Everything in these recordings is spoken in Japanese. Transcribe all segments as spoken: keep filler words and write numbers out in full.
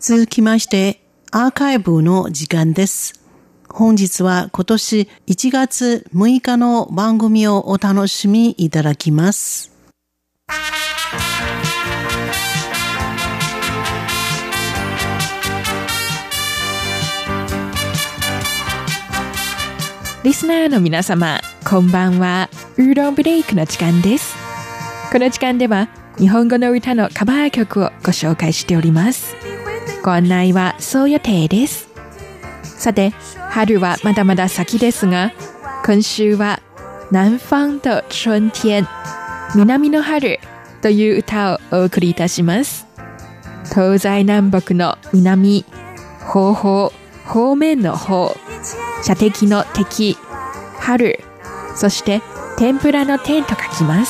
続きましてアーカイブの時間です。本日は今年いちがつむいかの番組をお楽しみいただきます。 リスナーの皆様、こんばんは。ウーロンブレイクの時間です。この時間では日本語の歌のカバー曲をご紹介しております。ご案内はそう予定です。さて、春はまだまだ先ですが、今週は南方的春天、南の春という歌をお送りいたします。東西南北の南、方法、方面の方、射的の敵、春、そして天ぷらの天と書きます。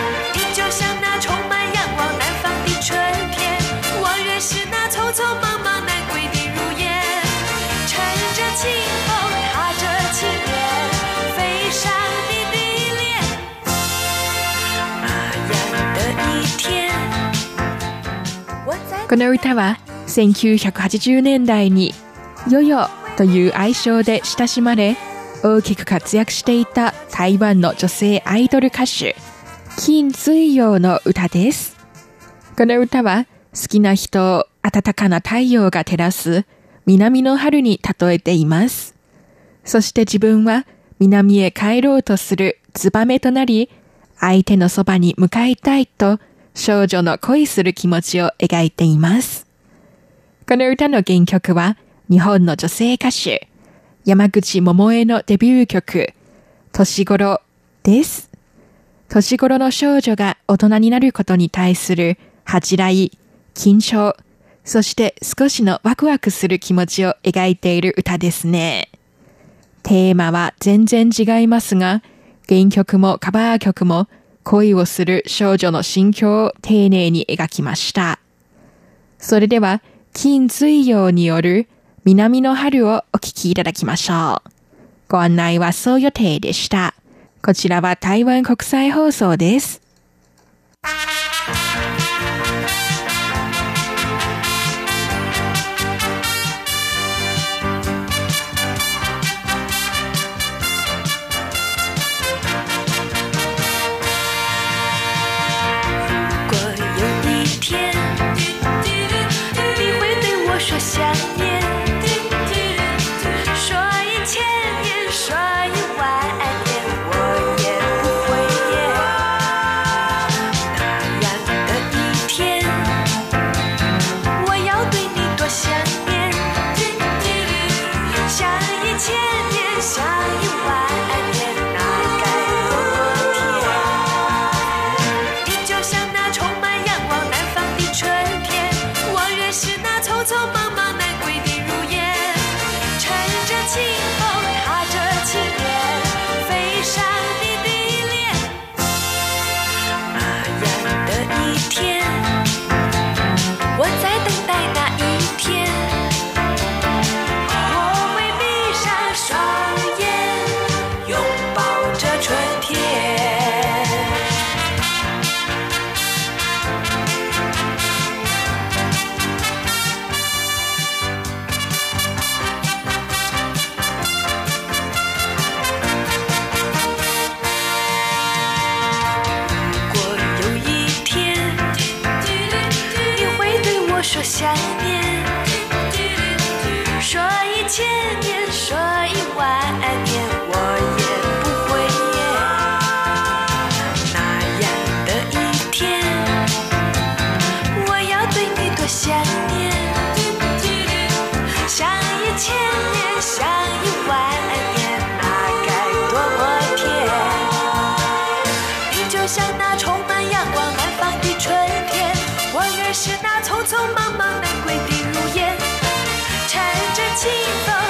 この歌はせんきゅうひゃくはちじゅうねんだいにヨヨという愛称で親しまれ、大きく活躍していた台湾の女性アイドル歌手金水陽の歌です。この歌は好きな人を暖かな太陽が照らす南の春に例えています。そして自分は南へ帰ろうとするツバメとなり、相手のそばに向かいたいと少女の恋する気持ちを描いています。この歌の原曲は日本の女性歌手山口百恵のデビュー曲年頃です。年頃の少女が大人になることに対する恥じらい、緊張、そして少しのワクワクする気持ちを描いている歌ですね。テーマは全然違いますが、原曲もカバー曲も恋をする少女の心境を丁寧に描きました。それでは金水陽による南の春をお聴きいただきましょう。ご案内はそう予定でした。こちらは台湾国際放送です。 说想念，说一千年，说一万年，我也不会念。那样的一天，我要对你多想念，想一千年，想一万年，那该多么甜。你就像那充满阳光南方的春天，我越是那匆匆忙忙南归的如烟，缠着清风